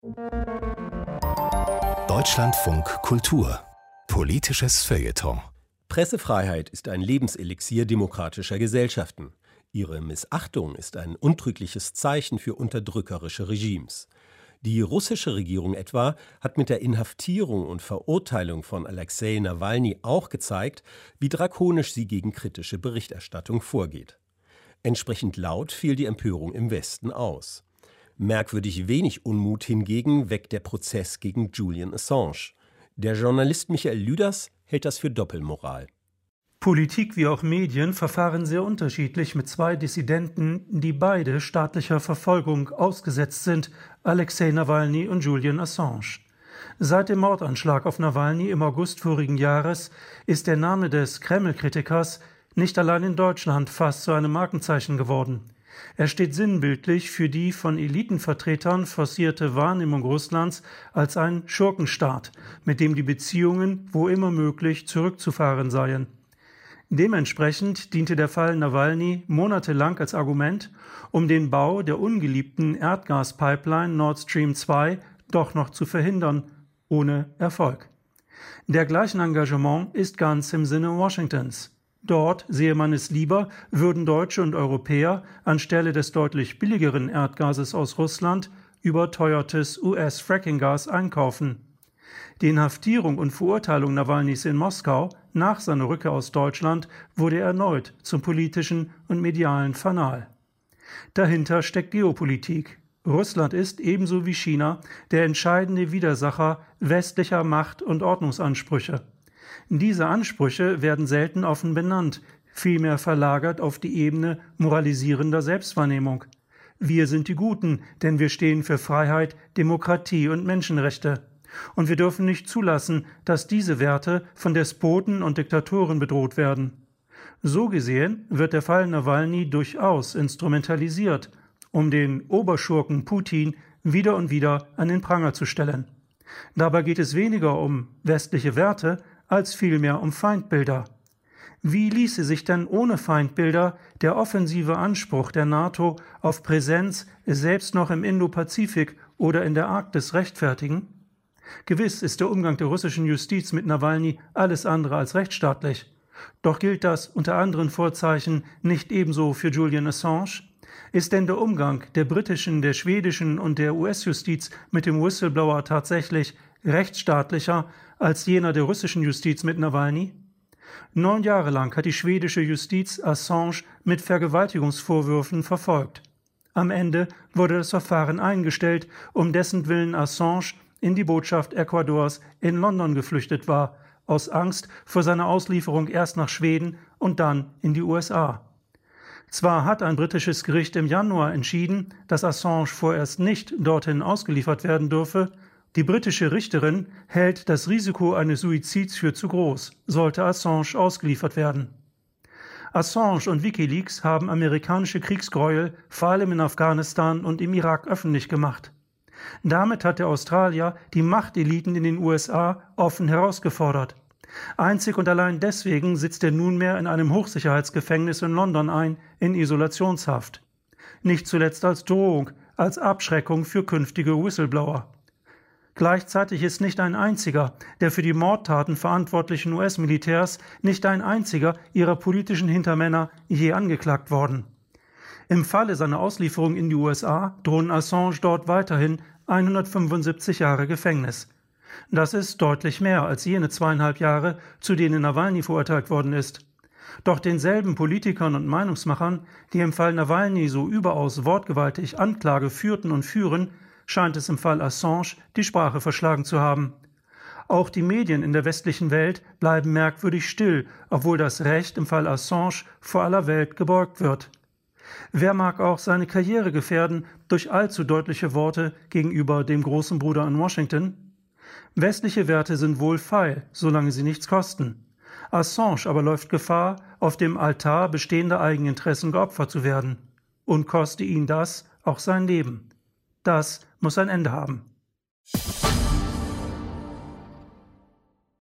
Deutschlandfunk Kultur. Politisches Feuilleton. Pressefreiheit ist ein Lebenselixier demokratischer Gesellschaften. Ihre Missachtung ist ein untrügliches Zeichen für unterdrückerische Regimes. Die russische Regierung etwa hat mit der Inhaftierung und Verurteilung von Alexei Nawalny auch gezeigt, wie drakonisch sie gegen kritische Berichterstattung vorgeht. Entsprechend laut fiel die Empörung im Westen aus. Merkwürdig wenig Unmut hingegen weckt der Prozess gegen Julian Assange. Der Journalist Michael Lüders hält das für Doppelmoral. Politik wie auch Medien verfahren sehr unterschiedlich mit zwei Dissidenten, die beide staatlicher Verfolgung ausgesetzt sind, Alexei Nawalny und Julian Assange. Seit dem Mordanschlag auf Nawalny im August vorigen Jahres ist der Name des Kreml-Kritikers nicht allein in Deutschland fast zu einem Markenzeichen geworden. Er steht sinnbildlich für die von Elitenvertretern forcierte Wahrnehmung Russlands als ein Schurkenstaat, mit dem die Beziehungen, wo immer möglich, zurückzufahren seien. Dementsprechend diente der Fall Nawalny monatelang als Argument, um den Bau der ungeliebten Erdgaspipeline Nord Stream 2 doch noch zu verhindern, ohne Erfolg. Dergleichen Engagement ist ganz im Sinne Washingtons. Dort sehe man es lieber, würden Deutsche und Europäer anstelle des deutlich billigeren Erdgases aus Russland überteuertes US-Frackinggas einkaufen. Die Inhaftierung und Verurteilung Nawalnys in Moskau nach seiner Rückkehr aus Deutschland wurde erneut zum politischen und medialen Fanal. Dahinter steckt Geopolitik. Russland ist ebenso wie China der entscheidende Widersacher westlicher Macht- und Ordnungsansprüche. Diese Ansprüche werden selten offen benannt, vielmehr verlagert auf die Ebene moralisierender Selbstwahrnehmung. Wir sind die Guten, denn wir stehen für Freiheit, Demokratie und Menschenrechte. Und wir dürfen nicht zulassen, dass diese Werte von Despoten und Diktatoren bedroht werden. So gesehen wird der Fall Nawalny durchaus instrumentalisiert, um den Oberschurken Putin wieder und wieder an den Pranger zu stellen. Dabei geht es weniger um westliche Werte, als vielmehr um Feindbilder. Wie ließe sich denn ohne Feindbilder der offensive Anspruch der NATO auf Präsenz selbst noch im Indopazifik oder in der Arktis rechtfertigen? Gewiss ist der Umgang der russischen Justiz mit Nawalny alles andere als rechtsstaatlich. Doch gilt das unter anderen Vorzeichen nicht ebenso für Julian Assange? Ist denn der Umgang der britischen, der schwedischen und der US-Justiz mit dem Whistleblower tatsächlich rechtsstaatlicher als jener der russischen Justiz mit Nawalny? 9 Jahre lang hat die schwedische Justiz Assange mit Vergewaltigungsvorwürfen verfolgt. Am Ende wurde das Verfahren eingestellt, um dessen Willen Assange in die Botschaft Ecuadors in London geflüchtet war, aus Angst vor seiner Auslieferung erst nach Schweden und dann in die USA. Zwar hat ein britisches Gericht im Januar entschieden, dass Assange vorerst nicht dorthin ausgeliefert werden dürfe, die britische Richterin hält das Risiko eines Suizids für zu groß, sollte Assange ausgeliefert werden. Assange und WikiLeaks haben amerikanische Kriegsgräuel vor allem in Afghanistan und im Irak öffentlich gemacht. Damit hat der Australier die Machteliten in den USA offen herausgefordert. Einzig und allein deswegen sitzt er nunmehr in einem Hochsicherheitsgefängnis in London ein, in Isolationshaft. Nicht zuletzt als Drohung, als Abschreckung für künftige Whistleblower. Gleichzeitig ist nicht ein einziger der für die Mordtaten verantwortlichen US-Militärs, nicht ein einziger ihrer politischen Hintermänner je angeklagt worden. Im Falle seiner Auslieferung in die USA drohen Assange dort weiterhin 175 Jahre Gefängnis. Das ist deutlich mehr als jene 2,5 Jahre, zu denen Nawalny verurteilt worden ist. Doch denselben Politikern und Meinungsmachern, die im Fall Nawalny so überaus wortgewaltig Anklage führten und führen, scheint es im Fall Assange die Sprache verschlagen zu haben. Auch die Medien in der westlichen Welt bleiben merkwürdig still, obwohl das Recht im Fall Assange vor aller Welt gebeugt wird. Wer mag auch seine Karriere gefährden durch allzu deutliche Worte gegenüber dem großen Bruder in Washington? Westliche Werte sind wohlfeil, solange sie nichts kosten. Assange aber läuft Gefahr, auf dem Altar bestehender Eigeninteressen geopfert zu werden. Und koste ihn das auch sein Leben. Das muss ein Ende haben.